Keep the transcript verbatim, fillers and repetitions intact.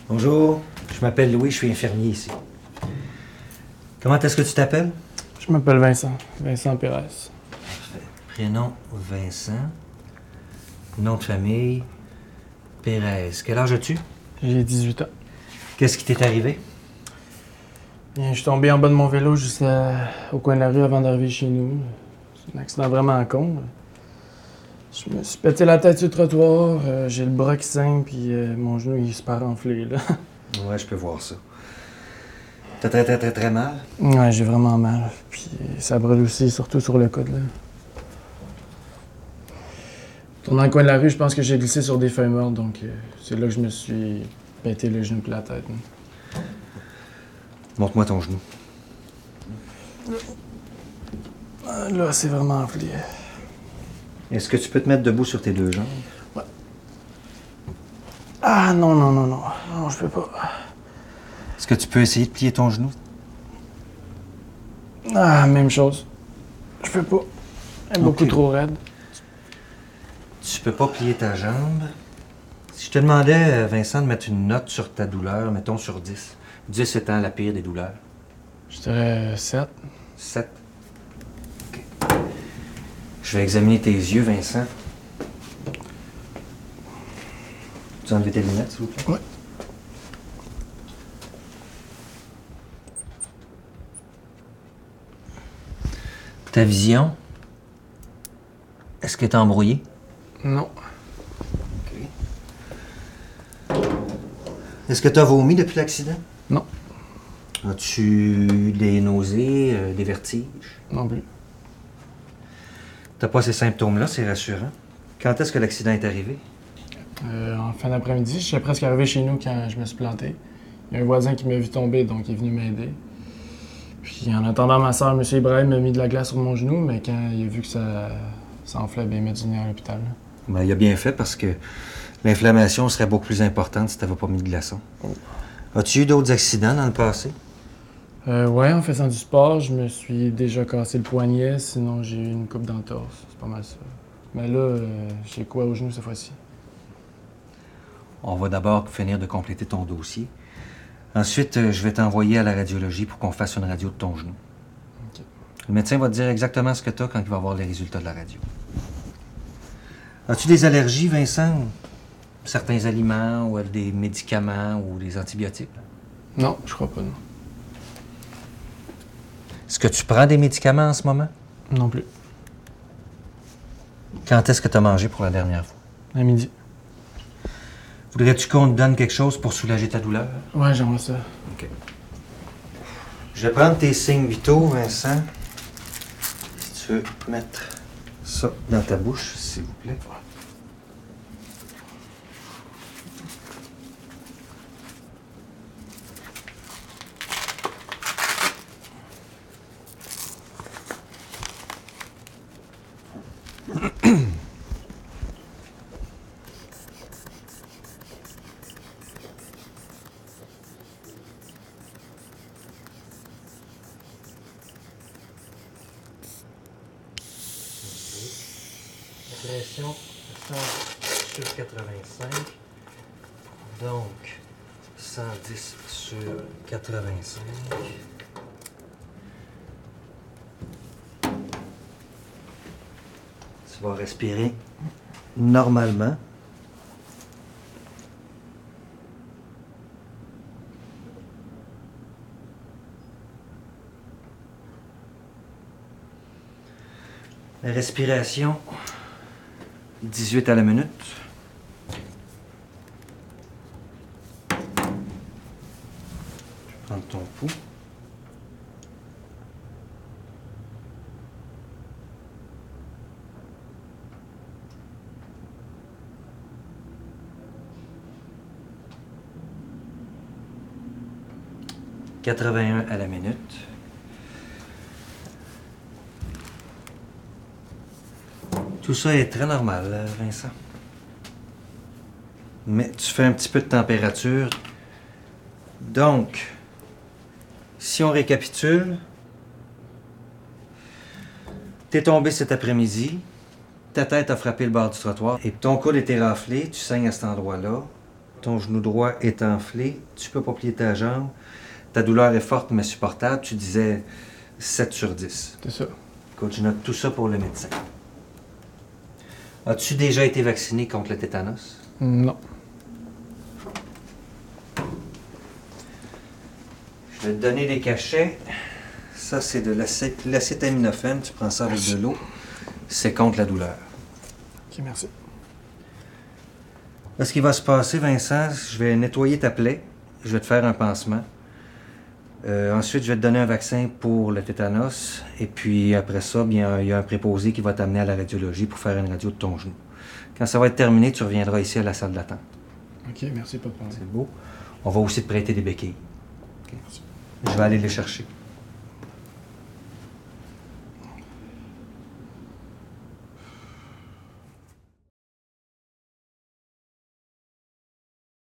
Bonjour, je m'appelle Louis, je suis infirmier ici. Comment est-ce que tu t'appelles? Je m'appelle Vincent, Vincent Pérez. Parfait. Prénom Vincent. Nom de famille Pérez. Quel âge as-tu? J'ai dix-huit ans. Qu'est-ce qui t'est arrivé? Bien, je suis tombé en bas de mon vélo juste à- au coin de la rue avant d'arriver chez nous. C'est un accident vraiment con. Je me suis pété la tête sur le trottoir, euh, j'ai le bras qui saigne, puis euh, mon genou il est super enflé, là. Ouais, je peux voir ça. T'as très très très très mal? Ouais, j'ai vraiment mal. Puis euh, ça brûle aussi, surtout sur le coude, là. Tournant le coin de la rue, je pense que j'ai glissé sur des feuilles mortes, donc euh, c'est là que je me suis pété le genou et la tête. Hein. Montre-moi ton genou. Ah, là, c'est vraiment enflé. Est-ce que tu peux te mettre debout sur tes deux jambes? Ouais. Ah non, non, non, non. Non, je peux pas. Est-ce que tu peux essayer de plier ton genou? Ah, même chose. Je peux pas. Elle est beaucoup Ok. trop raide. Tu peux pas plier ta jambe. Si je te demandais, euh, Vincent, de mettre une note sur ta douleur, mettons sur dix. dix étant la pire des douleurs. Je dirais sept. sept. OK. Je vais examiner tes yeux, Vincent. Tu as enlevé tes lunettes, s'il vous plaît? Ouais. Ta vision, est-ce qu'elle est embrouillée? Non. OK. Est-ce que tu as vomi depuis l'accident? Non. As-tu eu des nausées, euh, des vertiges? Non plus. T'as pas ces symptômes-là, c'est rassurant. Quand est-ce que l'accident est arrivé? Euh, en fin d'après-midi, j'étais presque arrivé chez nous quand je me suis planté. Il y a un voisin qui m'a vu tomber, donc il est venu m'aider. Puis en attendant, ma soeur, M. Ibrahim, m'a mis de la glace sur mon genou, mais quand il a vu que ça, ça enflait, bien, il m'a dû à l'hôpital. là. Ben, il a bien fait parce que l'inflammation serait beaucoup plus importante si tu n'avais pas mis de glaçon. Oh. As-tu eu d'autres accidents dans le passé? Euh, ouais, en faisant du sport, je me suis déjà cassé le poignet, sinon j'ai eu une coupe d'entorse. C'est pas mal ça. Mais là, euh, j'ai quoi au genou cette fois-ci? On va d'abord finir de compléter ton dossier. Ensuite, euh, je vais t'envoyer à la radiologie pour qu'on fasse une radio de ton genou. Ok. Le médecin va te dire exactement ce que tu as quand il va avoir les résultats de la radio. As-tu des allergies, Vincent? Certains aliments ou à des médicaments ou des antibiotiques? Non, je crois pas, non. Est-ce que tu prends des médicaments en ce moment? Non plus. Quand est-ce que tu as mangé pour la dernière fois? À midi. Voudrais-tu qu'on te donne quelque chose pour soulager ta douleur? Ouais, j'aimerais ça. OK. Je vais prendre tes signes vitaux, Vincent. Si tu veux mettre ça dans ta bouche, s'il vous plaît. Pression cent sur quatre-vingt-cinq. Donc, cent dix sur quatre-vingt-cinq. Tu vas respirer normalement. La respiration, dix-huit à la minute. Je vais prendre ton pouls. quatre-vingt-un à la minute. Tout ça est très normal, Vincent. Mais tu fais un petit peu de température. Donc, si on récapitule, t'es tombé cet après-midi, ta tête a frappé le bord du trottoir et ton coude était raflé, tu saignes à cet endroit-là. ton genou droit est enflé, tu peux pas plier ta jambe, ta douleur est forte mais supportable, tu disais sept sur dix. C'est ça. Écoute, je note tout ça pour le médecin. As-tu déjà été vacciné contre le tétanos? Non. Je vais te donner des cachets. Ça, c'est de l'acé- l'acétaminophène. Tu prends ça avec de l'eau. C'est contre la douleur. Ok, merci. Là, ce qui va se passer, Vincent, je vais nettoyer ta plaie. Je vais te faire un pansement. Euh, ensuite, je vais te donner un vaccin pour le tétanos. Et puis, après ça, bien, il y a un préposé qui va t'amener à la radiologie pour faire une radio de ton genou. Quand ça va être terminé, tu reviendras ici à la salle d'attente. Ok, merci, pas de problème. C'est beau. On va aussi te prêter des béquilles. Merci. Je vais aller les chercher.